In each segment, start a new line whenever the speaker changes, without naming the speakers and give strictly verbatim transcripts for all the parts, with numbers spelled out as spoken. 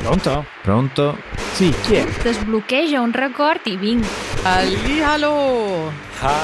Pronto?
Pronto?
Sì, chi è?
Desbloqueja un record i vinc.
Hallihallo!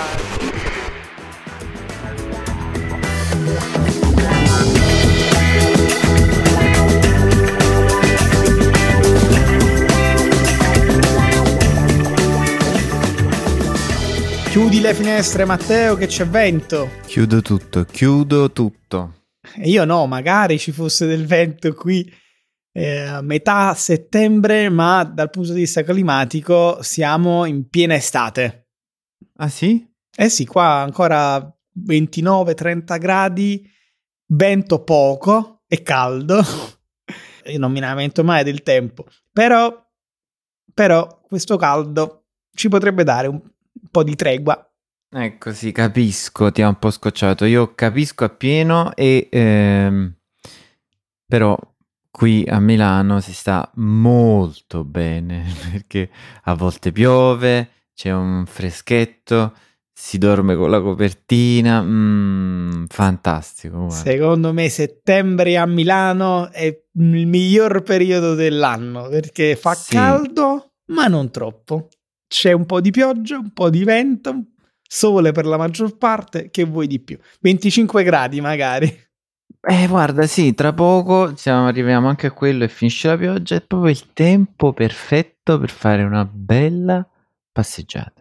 Chiudi le finestre, Matteo, che c'è vento.
Chiudo tutto, chiudo tutto.
Io no, magari ci fosse del vento qui eh, a metà settembre, ma dal punto di vista climatico siamo in piena estate.
Ah sì?
Eh sì, qua ancora ventinove trenta gradi, vento poco e caldo. Io non mi lamento mai del tempo, però, però questo caldo ci potrebbe dare un po' di tregua.
Ecco, sì, capisco, ti ha un po' scocciato. Io capisco appieno e ehm, però qui a Milano si sta molto bene perché a volte piove, c'è un freschetto, si dorme con la copertina, mm, fantastico. Guarda.
Secondo me settembre a Milano è il miglior periodo dell'anno perché fa
Sì.
caldo, ma non troppo. C'è un po' di pioggia, un po' di vento, sole per la maggior parte, che vuoi di più? venticinque gradi magari.
Eh, guarda, sì, tra poco siamo, arriviamo anche a quello e finisce la pioggia, è proprio il tempo perfetto per fare una bella passeggiata.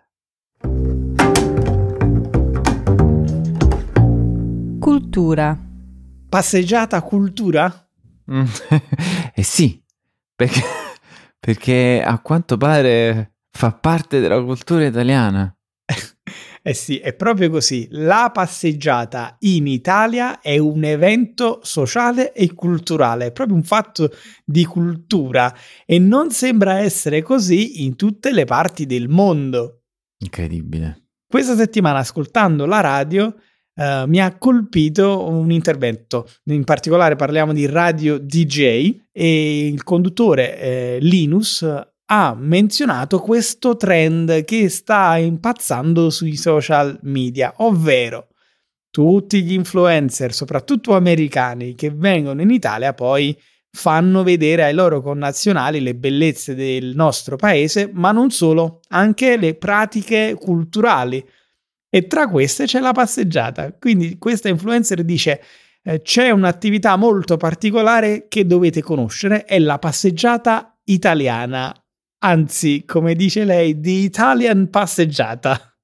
Cultura.
Passeggiata cultura?
Mm, eh sì, perché, perché a quanto pare fa parte della cultura italiana.
Eh sì, è proprio così. La passeggiata in Italia è un evento sociale e culturale, è proprio un fatto di cultura e non sembra essere così in tutte le parti del mondo.
Incredibile.
Questa settimana, ascoltando la radio, eh, mi ha colpito un intervento. In particolare parliamo di Radio D J e il conduttore eh, Linus ha menzionato questo trend che sta impazzando sui social media, ovvero tutti gli influencer, soprattutto americani, che vengono in Italia poi fanno vedere ai loro connazionali le bellezze del nostro paese, ma non solo, anche le pratiche culturali. E tra queste c'è la passeggiata. Quindi questa influencer dice eh, c'è un'attività molto particolare che dovete conoscere, è la passeggiata italiana. Anzi, come dice lei, the Italian passeggiata.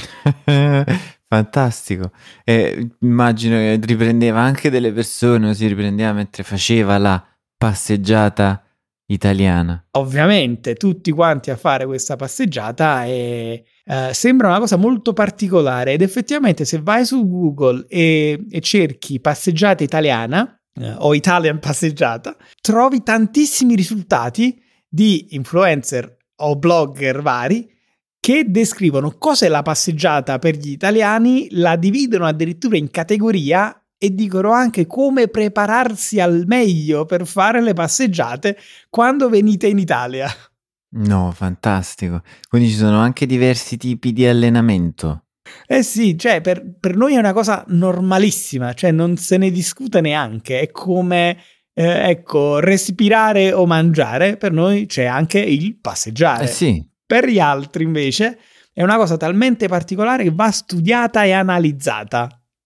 Fantastico. Eh, immagino che riprendeva anche delle persone, o si riprendeva mentre faceva la passeggiata italiana.
Ovviamente tutti quanti a fare questa passeggiata e eh, sembra una cosa molto particolare ed effettivamente se vai su Google e, e cerchi passeggiata italiana eh, o Italian passeggiata, trovi tantissimi risultati di influencer o blogger vari che descrivono cos'è la passeggiata per gli italiani, la dividono addirittura in categoria e dicono anche come prepararsi al meglio per fare le passeggiate quando venite in Italia.
No, fantastico. Quindi ci sono anche diversi tipi di allenamento.
Eh sì, cioè per, per noi è una cosa normalissima, cioè non se ne discute neanche, è come eh, ecco, respirare o mangiare, per noi c'è anche il passeggiare.
Eh sì.
Per gli altri invece è una cosa talmente particolare che va studiata e analizzata.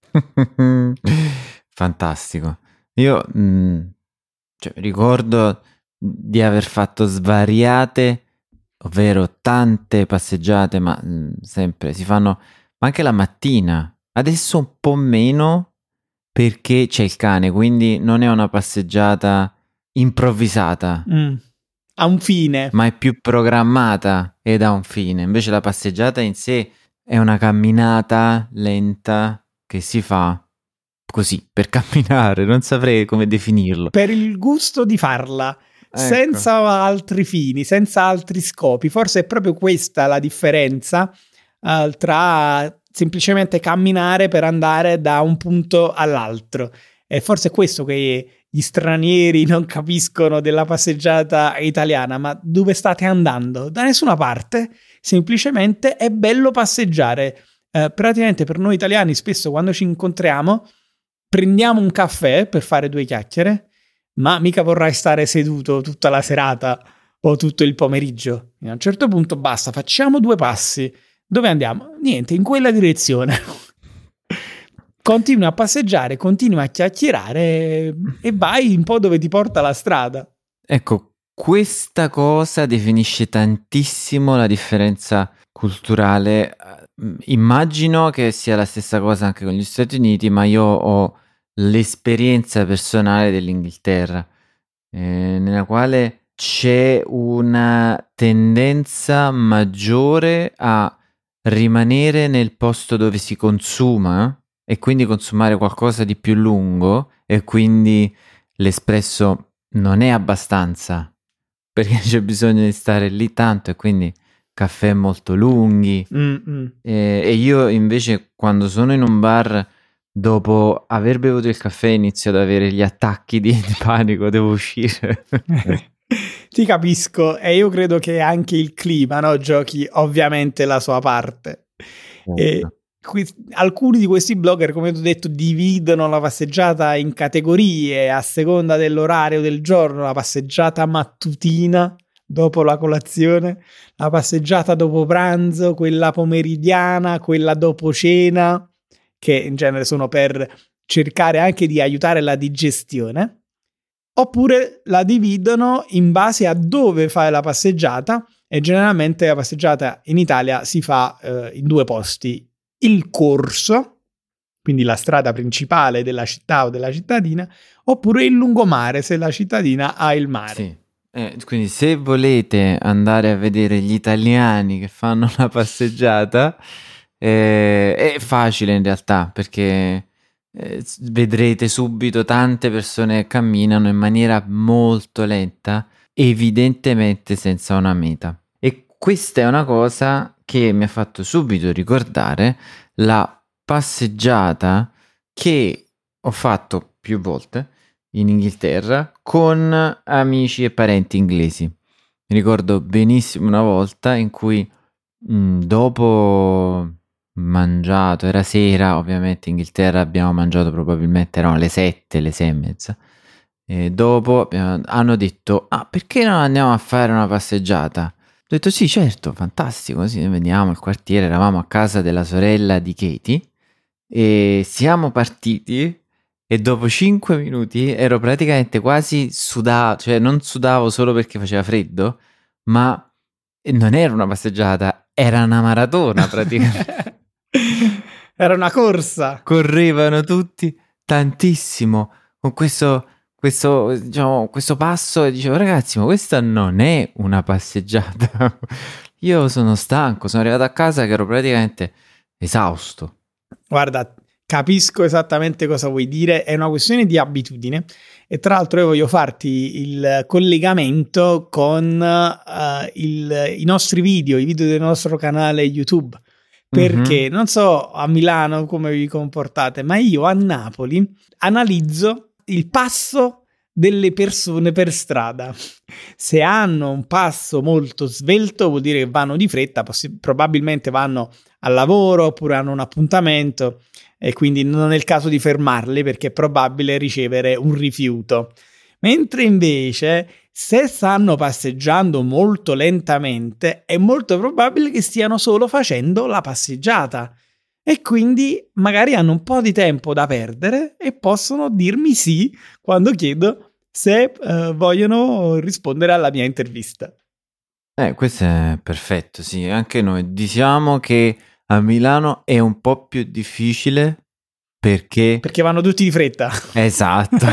Fantastico. Io mh, cioè, ricordo di aver fatto svariate, ovvero tante passeggiate, ma mh, sempre si fanno, ma anche la mattina. Adesso un po' meno perché c'è il cane, quindi non è una passeggiata improvvisata.
Mm. Ha un fine.
Ma è più programmata ed ha un fine. Invece la passeggiata in sé è una camminata lenta che si fa così, per camminare, non saprei come definirlo.
Per il gusto di farla,
ecco.
Senza altri fini, senza altri scopi. Forse è proprio questa la differenza uh, tra semplicemente camminare per andare da un punto all'altro. E forse è questo che gli stranieri non capiscono della passeggiata italiana. Ma dove state andando? Da nessuna parte, semplicemente è bello passeggiare. Uh, praticamente per noi italiani spesso quando ci incontriamo prendiamo un caffè per fare due chiacchiere, ma mica vorrai stare seduto tutta la serata o tutto il pomeriggio. E a un certo punto basta, facciamo due passi. Dove andiamo? Niente, in quella direzione. Continui a passeggiare, continui a chiacchierare e vai un po' dove ti porta la strada.
Ecco, questa cosa definisce tantissimo la differenza culturale. Immagino che sia la stessa cosa anche con gli Stati Uniti, ma io ho l'esperienza personale dell'Inghilterra, eh, nella quale c'è una tendenza maggiore a rimanere nel posto dove si consuma e quindi consumare qualcosa di più lungo, e quindi l'espresso non è abbastanza perché c'è bisogno di stare lì tanto, e quindi caffè molto lunghi.
Mm-mm.
e, e io invece quando sono in un bar, dopo aver bevuto il caffè, inizio ad avere gli attacchi di, di panico, devo uscire.
Ti capisco, e io credo che anche il clima, no, giochi ovviamente la sua parte. E qui, alcuni di questi blogger, come ti ho detto, dividono la passeggiata in categorie a seconda dell'orario del giorno: la passeggiata mattutina dopo la colazione, la passeggiata dopo pranzo, quella pomeridiana, quella dopo cena, che in genere sono per cercare anche di aiutare la digestione. Oppure la dividono in base a dove fai la passeggiata, e generalmente la passeggiata in Italia si fa eh, in due posti: il corso, quindi la strada principale della città o della cittadina, oppure il lungomare, se la cittadina ha il mare.
Sì. Eh, quindi se volete andare a vedere gli italiani che fanno la passeggiata, eh, è facile in realtà, perché Eh, vedrete subito tante persone che camminano in maniera molto lenta, evidentemente senza una meta. E questa è una cosa che mi ha fatto subito ricordare la passeggiata che ho fatto più volte in Inghilterra con amici e parenti inglesi. Mi ricordo benissimo una volta in cui mh, dopo mangiato, era sera, ovviamente in Inghilterra abbiamo mangiato, probabilmente erano le sette, le sei e mezza, e dopo abbiamo, hanno detto: ah, perché non andiamo a fare una passeggiata? Ho detto sì, certo, fantastico, così veniamo al quartiere. Eravamo a casa della sorella di Katie e siamo partiti, e dopo cinque minuti ero praticamente quasi sudato, cioè non sudavo solo perché faceva freddo, ma non era una passeggiata, era una maratona praticamente.
Era una corsa.
Correvano tutti tantissimo con questo, questo, diciamo, questo passo, e dicevo: ragazzi, ma questa non è una passeggiata. Io sono stanco, sono arrivato a casa che ero praticamente esausto.
Guarda, capisco esattamente cosa vuoi dire, è una questione di abitudine, e tra l'altro io voglio farti il collegamento con uh, il, i nostri video, i video del nostro canale YouTube. Perché, mm-hmm. non so a Milano come vi comportate, ma io a Napoli analizzo il passo delle persone per strada. Se hanno un passo molto svelto, vuol dire che vanno di fretta, poss- probabilmente vanno al lavoro oppure hanno un appuntamento, e quindi non è il caso di fermarli perché è probabile ricevere un rifiuto. Mentre invece, se stanno passeggiando molto lentamente, è molto probabile che stiano solo facendo la passeggiata, e quindi magari hanno un po' di tempo da perdere e possono dirmi sì quando chiedo se uh, vogliono rispondere alla mia intervista.
Eh, questo è perfetto, sì. Anche noi diciamo che a Milano è un po' più difficile perché...
Perché vanno tutti di fretta.
Esatto.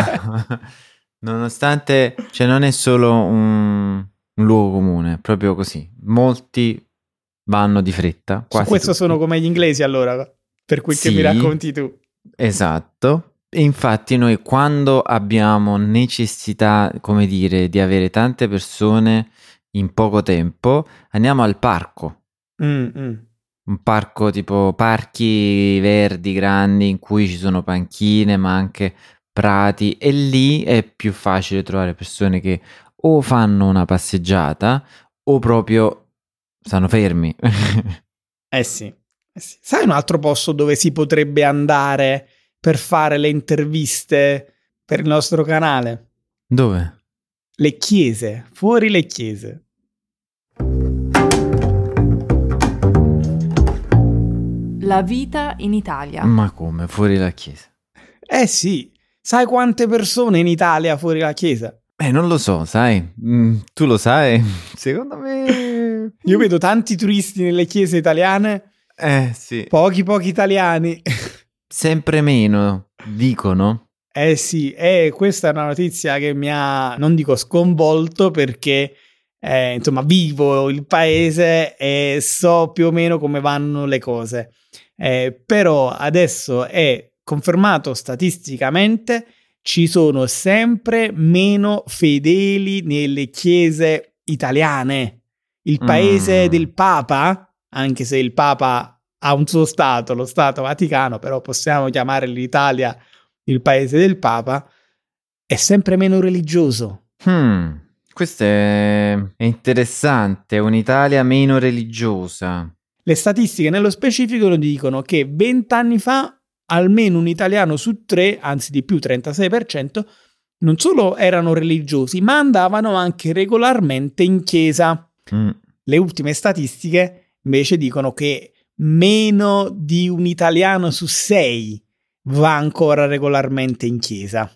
Nonostante, cioè non è solo un, un luogo comune, proprio così. Molti vanno di fretta.
Su questo tutti. Sono come gli inglesi, allora, per quel sì, che mi racconti tu.
Esatto. E infatti noi, quando abbiamo necessità, come dire, di avere tante persone in poco tempo, andiamo al parco.
Mm-hmm.
Un parco tipo parchi verdi grandi in cui ci sono panchine ma anche prati, e lì è più facile trovare persone che o fanno una passeggiata o proprio stanno fermi.
eh, sì. eh sì. Sai un altro posto dove si potrebbe andare per fare le interviste per il nostro canale?
Dove?
Le chiese, fuori le chiese.
La vita in Italia.
Ma come? Fuori la chiesa?
Eh sì, sai quante persone in Italia fuori la chiesa?
Eh, non lo so, sai? Mm, tu lo sai? Secondo me...
Io vedo tanti turisti nelle chiese italiane,
Eh, sì.
pochi pochi italiani.
Sempre meno, dicono.
Eh sì, e questa è una notizia che mi ha, non dico sconvolto, perché eh, insomma vivo il paese e so più o meno come vanno le cose. Eh, però adesso è confermato statisticamente, ci sono sempre meno fedeli nelle chiese italiane. Il paese
Mm.
del Papa, anche se il Papa ha un suo stato, lo Stato Vaticano, però possiamo chiamare l'Italia il paese del Papa, è sempre meno religioso.
Hmm, questo è è interessante, un'Italia meno religiosa.
Le statistiche nello specifico dicono che vent'anni fa almeno un italiano su tre, anzi di più, trentasei per cento, non solo erano religiosi, ma andavano anche regolarmente in chiesa.
Mm.
Le ultime statistiche invece dicono che meno di un italiano su sei va ancora regolarmente in chiesa.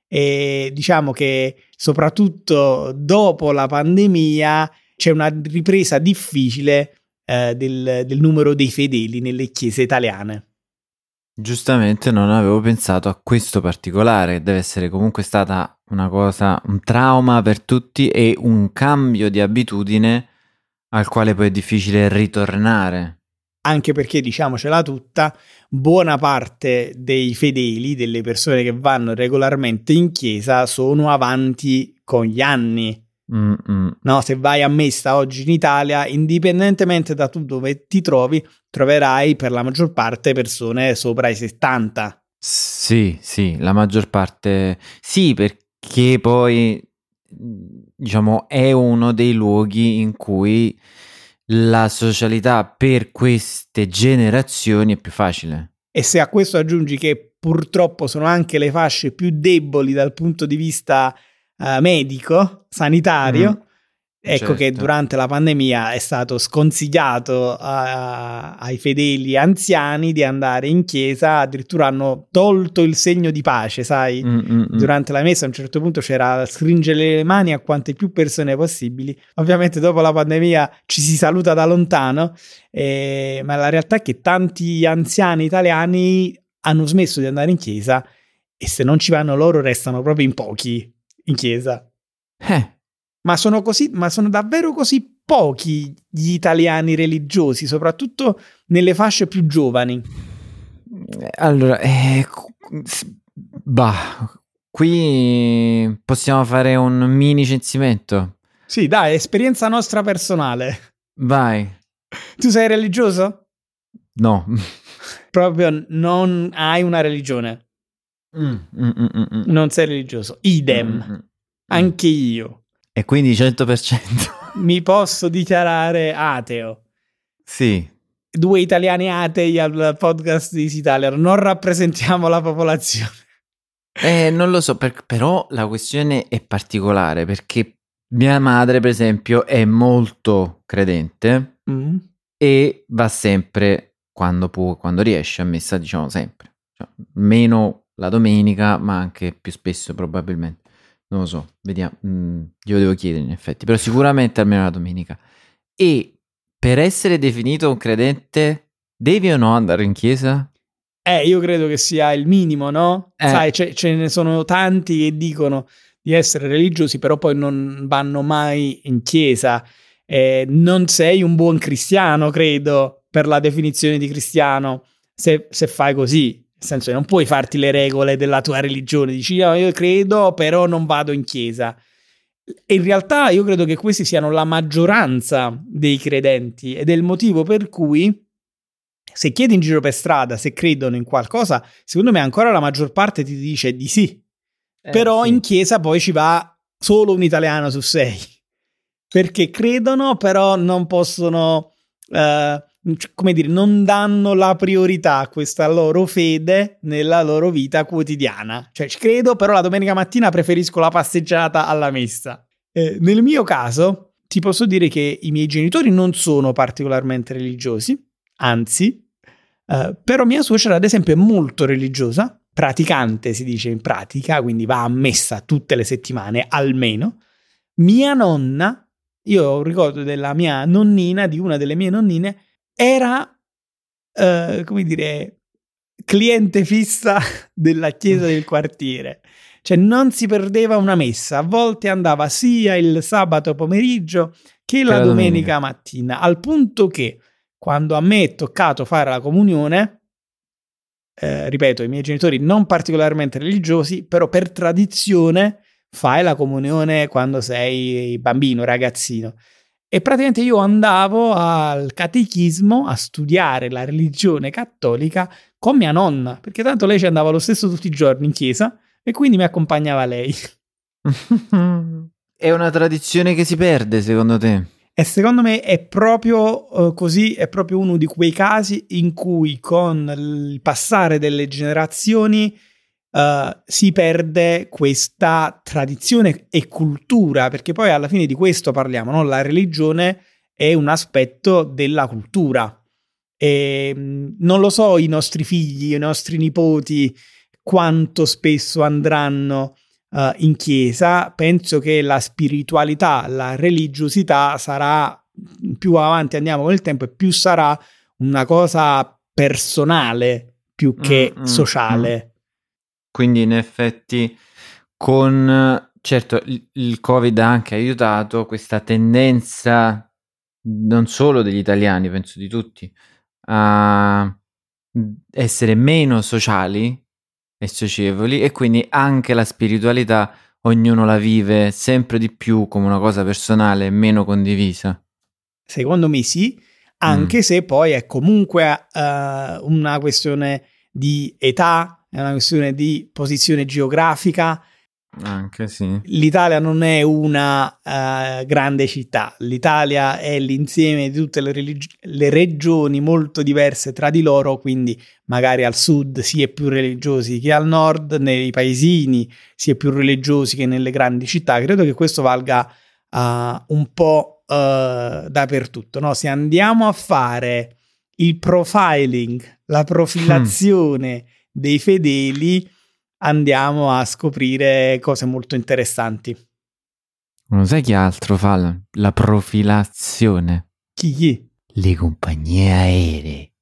E diciamo che soprattutto dopo la pandemia c'è una ripresa difficile eh, del, del numero dei fedeli nelle chiese italiane.
Giustamente non avevo pensato a questo particolare, deve essere comunque stata una cosa, un trauma per tutti e un cambio di abitudine al quale poi è difficile ritornare.
Anche perché, diciamocela tutta, buona parte dei fedeli, delle persone che vanno regolarmente in chiesa, sono avanti con gli anni.
Mm-mm.
No, se vai a messa oggi in Italia, indipendentemente da tu dove ti trovi, troverai per la maggior parte persone sopra i settanta.
Sì, sì, la maggior parte sì, perché poi diciamo è uno dei luoghi in cui la socialità per queste generazioni è più facile.
E se a questo aggiungi che purtroppo sono anche le fasce più deboli dal punto di vista uh, medico, sanitario,
Mm,
ecco
certo.
che durante la pandemia è stato sconsigliato a, ai fedeli anziani di andare in chiesa, addirittura hanno tolto il segno di pace, sai?
Mm-mm.
Durante la messa a un certo punto c'era stringere le mani a quante più persone possibili. Ovviamente dopo la pandemia ci si saluta da lontano, eh, ma la realtà è che tanti anziani italiani hanno smesso di andare in chiesa e se non ci vanno loro restano proprio in pochi in chiesa.
Eh,
Ma sono così, ma sono davvero così pochi gli italiani religiosi, soprattutto nelle fasce più giovani.
allora, eh, cu- s- bah, qui possiamo fare un mini censimento.
Sì, dai, esperienza nostra personale.
Vai.
Tu sei religioso?
No.
Proprio non hai una religione.
Mm, mm, mm, mm, mm.
Non sei religioso. Idem.
Mm, mm, mm.
Anche io.
E quindi cento per cento.
Mi posso dichiarare ateo.
Sì.
Due italiani atei al podcast di Easy Italian. Non rappresentiamo la popolazione.
Eh, non lo so, per- però la questione è particolare perché mia madre, per esempio, è molto credente
Mm.
e va sempre quando può, quando riesce a messa, diciamo sempre. Cioè, meno la domenica, ma anche più spesso probabilmente. Non lo so, vediamo. Mm, glielo devo chiedere in effetti, però sicuramente almeno la domenica. E per essere definito un credente, devi o no andare in chiesa?
Eh, io credo che sia il minimo, no?
Eh.
Sai, ce, ce ne sono tanti che dicono di essere religiosi, però poi non vanno mai in chiesa. Eh, non sei un buon cristiano, credo, per la definizione di cristiano, se, se fai così. Nel senso che non puoi farti le regole della tua religione. Dici, no, io credo, però non vado in chiesa. E in realtà io credo che questi siano la maggioranza dei credenti ed è il motivo per cui se chiedi in giro per strada se credono in qualcosa, secondo me ancora la maggior parte ti dice di sì.
Eh,
Però
sì.
in chiesa poi ci va solo un italiano su sei. Perché credono, però non possono eh, come dire, non danno la priorità a questa loro fede nella loro vita quotidiana. Cioè, ci credo, però la domenica mattina preferisco la passeggiata alla messa. Eh, nel mio caso, ti posso dire che i miei genitori non sono particolarmente religiosi, anzi, eh, però mia suocera, ad esempio, è molto religiosa, praticante si dice in pratica, quindi va a messa tutte le settimane almeno. Mia nonna, io ho un ricordo della mia nonnina, di una delle mie nonnine, era, eh, come dire, cliente fissa della chiesa del quartiere. Cioè non si perdeva una messa, a volte andava sia il sabato pomeriggio che la, la domenica, domenica mattina, al punto che quando a me è toccato fare la comunione, Eh, ripeto, i miei genitori non particolarmente religiosi, però per tradizione fai la comunione quando sei bambino, ragazzino. E praticamente io andavo al catechismo a studiare la religione cattolica con mia nonna, perché tanto lei ci andava lo stesso tutti i giorni in chiesa e quindi mi accompagnava lei.
È una tradizione che si perde, secondo te?
E secondo me è proprio uh, così, è proprio uno di quei casi in cui con il passare delle generazioni uh, si perde questa tradizione e cultura, perché poi alla fine di questo parliamo, no? La religione è un aspetto della cultura. E mh, non lo so i nostri figli, i nostri nipoti quanto spesso andranno Uh, in chiesa. Penso che la spiritualità, la religiosità sarà, più avanti andiamo con il tempo, e più sarà una cosa personale più che mm, sociale. Mm.
Quindi in effetti con, certo, il, il Covid ha anche aiutato questa tendenza, non solo degli italiani, penso di tutti, a essere meno sociali e socievoli, e quindi anche la spiritualità ognuno la vive sempre di più come una cosa personale e meno condivisa.
Secondo me sì, anche mm. se poi è comunque uh, una questione di età, è una questione di posizione geografica.
Anche sì.
L'Italia non è una uh, grande città, l'Italia è l'insieme di tutte le, religi- le regioni molto diverse tra di loro, quindi magari al sud si è più religiosi che al nord, nei paesini si è più religiosi che nelle grandi città. Credo che questo valga uh, un po' uh, dappertutto, no? Se andiamo a fare il profiling, la profilazione mm. dei fedeli, andiamo a scoprire cose molto interessanti.
Non sai chi altro fa la, la profilazione?
Chi chi?
Le compagnie aeree.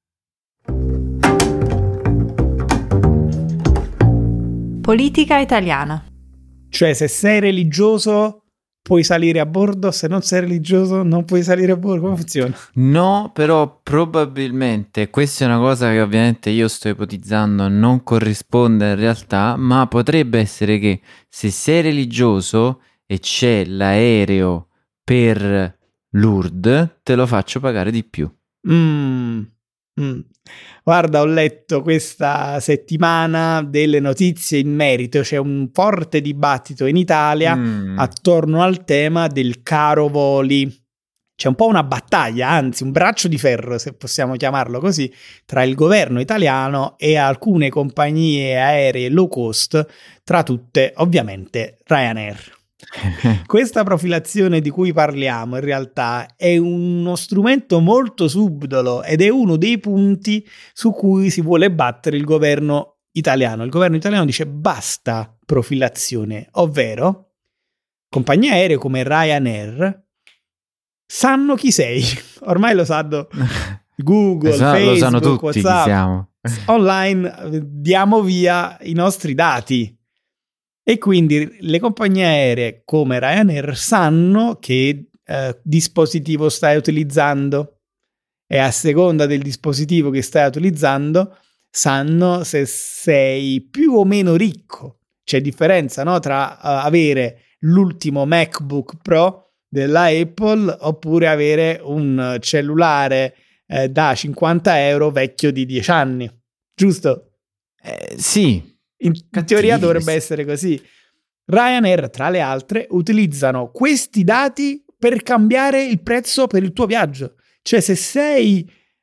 Politica italiana.
Cioè, se sei religioso puoi salire a bordo, se non sei religioso non puoi salire a bordo. Come funziona?
No, però probabilmente questa è una cosa che ovviamente io sto ipotizzando, non corrisponde in realtà, ma potrebbe essere che se sei religioso e c'è l'aereo per Lourdes, te lo faccio pagare di più.
Mm. Mm. Guarda, ho letto questa settimana delle notizie in merito, c'è un forte dibattito in Italia mm. attorno al tema del caro voli. C'è un po' una battaglia, anzi un braccio di ferro, se possiamo chiamarlo così, tra il governo italiano e alcune compagnie aeree low cost, tra tutte ovviamente Ryanair. Questa profilazione di cui parliamo in realtà è uno strumento molto subdolo ed è uno dei punti su cui si vuole battere il governo italiano. Il governo italiano dice basta profilazione, ovvero compagnie aeree come Ryanair sanno chi sei, ormai lo sanno Google,
esatto,
Facebook,
lo sanno tutti,
WhatsApp,
chi siamo.
Online diamo via i nostri dati. E quindi le compagnie aeree come Ryanair sanno che eh, dispositivo stai utilizzando, e a seconda del dispositivo che stai utilizzando sanno se sei più o meno ricco. C'è differenza, no? Tra uh, avere l'ultimo MacBook Pro della Apple oppure avere un cellulare eh, da cinquanta euro vecchio di dieci anni, giusto?
Eh, sì.
In Cattivi, teoria dovrebbe essere così. Ryanair, tra le altre, utilizzano questi dati per cambiare il prezzo per il tuo viaggio. Cioè, se sei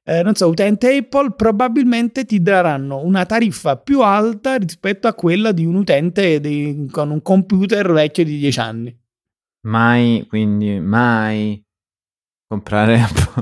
eh, non so, utente Apple, probabilmente ti daranno una tariffa più alta rispetto a quella di un utente di, con un computer vecchio di dieci anni.
Mai, quindi mai comprare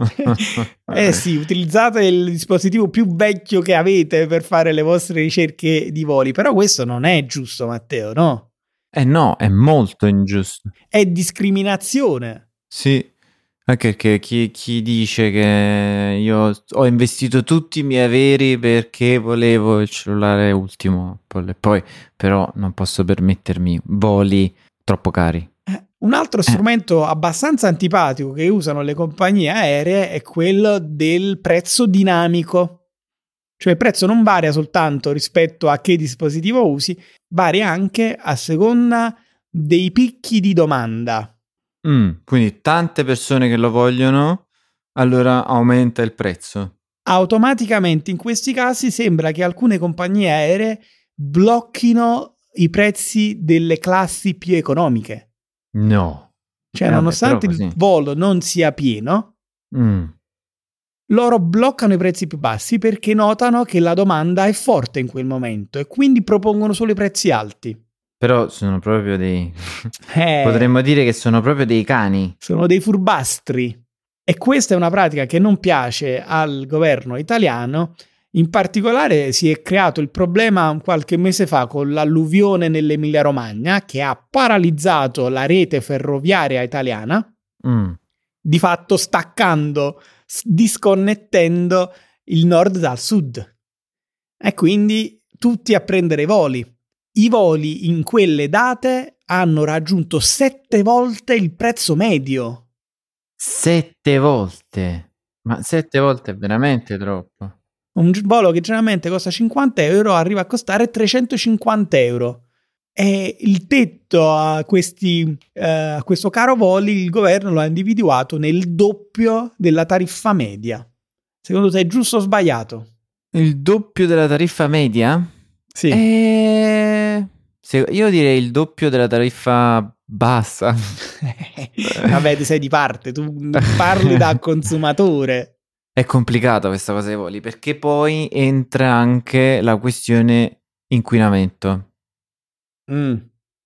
Eh sì, utilizzate il dispositivo più vecchio che avete per fare le vostre ricerche di voli, però questo non è giusto, Matteo, no?
Eh no, è molto ingiusto.
È discriminazione.
Sì, anche perché chi, chi dice che io ho investito tutti i miei averi perché volevo il cellulare ultimo Apple, e poi però non posso permettermi voli troppo cari.
Un altro strumento abbastanza antipatico che usano le compagnie aeree è quello del prezzo dinamico. Cioè il prezzo non varia soltanto rispetto a che dispositivo usi, varia anche a seconda dei picchi di domanda.
Mm, quindi tante persone che lo vogliono, allora aumenta il prezzo.
Automaticamente in questi casi sembra che alcune compagnie aeree blocchino i prezzi delle classi più economiche.
No.
Cioè,
Eh, vabbè,
nonostante
però
il
così.
volo non sia pieno,
Mm.
loro bloccano i prezzi più bassi perché notano che la domanda è forte in quel momento e quindi propongono solo i prezzi alti.
Però sono proprio dei...
Eh,
Potremmo dire che sono proprio dei cani.
sono dei furbastri. E questa è una pratica che non piace al governo italiano. In particolare si è creato il problema qualche mese fa con l'alluvione nell'Emilia-Romagna che ha paralizzato la rete ferroviaria italiana,
Mm.
di fatto staccando, disconnettendo il nord dal sud. E quindi tutti a prendere i voli. I voli in quelle date hanno raggiunto sette volte il prezzo medio.
Sette volte. Ma sette volte è veramente troppo.
Un volo che generalmente costa cinquanta euro arriva a costare trecentocinquanta euro. E il tetto a, questi, eh, a questo caro voli il governo lo ha individuato nel doppio della tariffa media. Secondo te è giusto o sbagliato?
Il doppio della tariffa media?
Sì.
Eh... Se- io direi il doppio della tariffa bassa.
Vabbè, ti sei di parte, tu parli da consumatore.
È complicata questa cosa dei voli perché poi entra anche la questione inquinamento
Mm.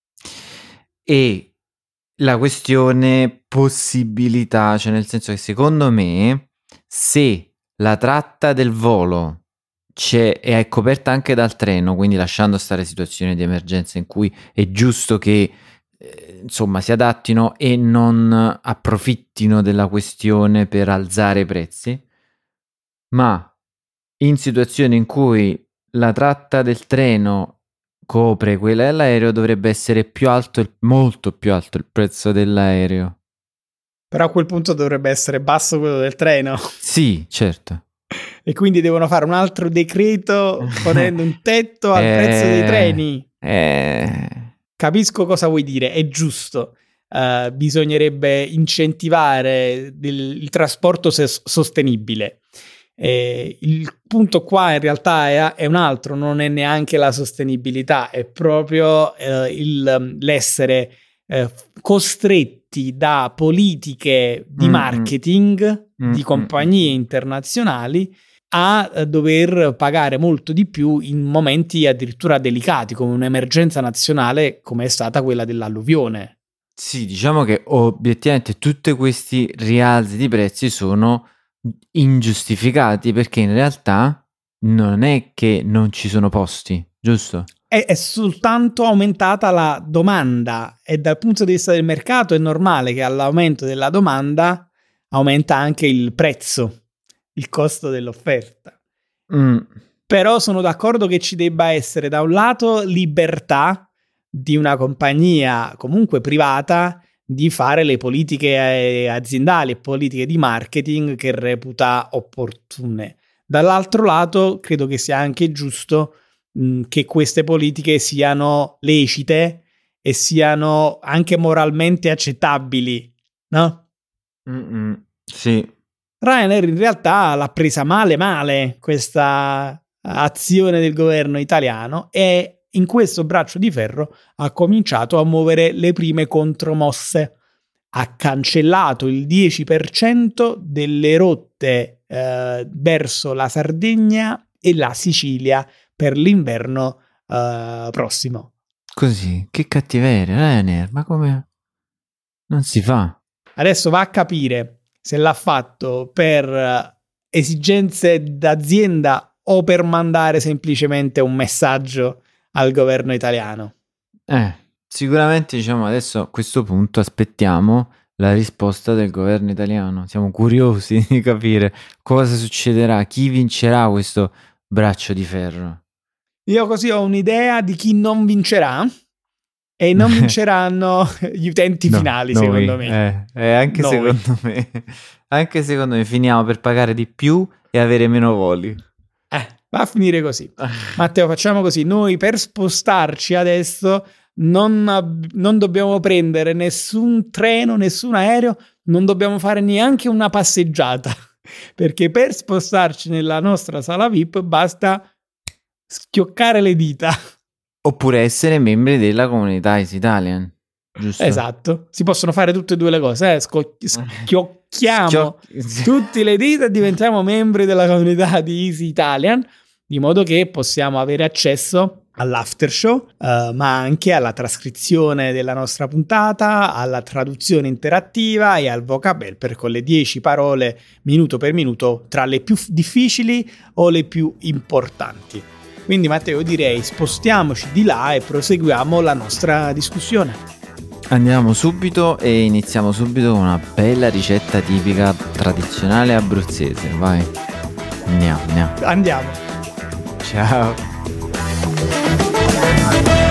e la questione possibilità, cioè nel senso che secondo me se la tratta del volo c'è e è coperta anche dal treno, quindi lasciando stare situazioni di emergenza in cui è giusto che eh, insomma si adattino e non approfittino della questione per alzare i prezzi, ma in situazioni in cui la tratta del treno copre quella dell'aereo dovrebbe essere più alto, il- molto più alto il prezzo dell'aereo.
Però a quel punto dovrebbe essere basso quello del treno.
Sì, certo.
E quindi devono fare un altro decreto ponendo un tetto al
Eh,
prezzo dei treni.
Eh,
Capisco cosa vuoi dire, è giusto. Uh, bisognerebbe incentivare del, il trasporto ses- sostenibile. Eh, il punto qua in realtà è, è un altro, non è neanche la sostenibilità, è proprio eh, il, l'essere eh, costretti da politiche di
Mm-mm.
marketing
Mm-mm.
di compagnie internazionali a eh, dover pagare molto di più in momenti addirittura delicati, come un'emergenza nazionale come è stata quella dell'alluvione.
Sì, diciamo che obiettivamente tutti questi rialzi di prezzi sono ingiustificati perché in realtà non è che non ci sono posti, giusto?
È, è soltanto aumentata la domanda e dal punto di vista del mercato è normale che all'aumento della domanda aumenta anche il prezzo, il costo dell'offerta.
Mm.
Però sono d'accordo che ci debba essere da un lato libertà di una compagnia comunque privata di fare le politiche aziendali e politiche di marketing che reputa opportune. Dall'altro lato credo che sia anche giusto mh, che queste politiche siano lecite e siano anche moralmente accettabili, no?
Mm-mm. Sì.
Ryanair in realtà l'ha presa male male questa azione del governo italiano e in questo braccio di ferro ha cominciato a muovere le prime contromosse. ha cancellato il dieci per cento delle rotte eh, verso la Sardegna e la Sicilia per l'inverno eh, prossimo.
Così, che cattiveria, Ryanair, ma come? Non si fa.
Adesso va a capire se l'ha fatto per esigenze d'azienda o per mandare semplicemente un messaggio al governo italiano.
Eh, sicuramente, diciamo, adesso a questo punto aspettiamo la risposta del governo italiano. Siamo curiosi di capire cosa succederà, chi vincerà questo braccio di ferro.
Io così ho un'idea di chi non vincerà e non vinceranno gli utenti
No,
finali,
noi,
secondo me.
Eh, eh, anche
Noi.
secondo me. Anche secondo me finiamo per pagare di più e avere meno voli.
Eh, va a finire così. Matteo, facciamo così. Noi per spostarci adesso non, ab- non dobbiamo prendere nessun treno, nessun aereo, non dobbiamo fare neanche una passeggiata, perché per spostarci nella nostra sala V I P basta schioccare le dita.
Oppure essere membri della comunità Easy Italian, giusto?
Esatto, si possono fare tutte e due le cose, eh? Sco- schiocchiamo
Schio-
tutte le dita e diventiamo membri della comunità di Easy Italian, di modo che possiamo avere accesso all'after show, eh, ma anche alla trascrizione della nostra puntata, alla traduzione interattiva e al vocabelper con le dieci parole minuto per minuto tra le più difficili o le più importanti. Quindi Matteo, direi spostiamoci di là e proseguiamo la nostra discussione.
Andiamo subito e iniziamo subito con una bella ricetta tipica tradizionale abruzzese. Vai, andiamo, andiamo.
Andiamo.
Ciao.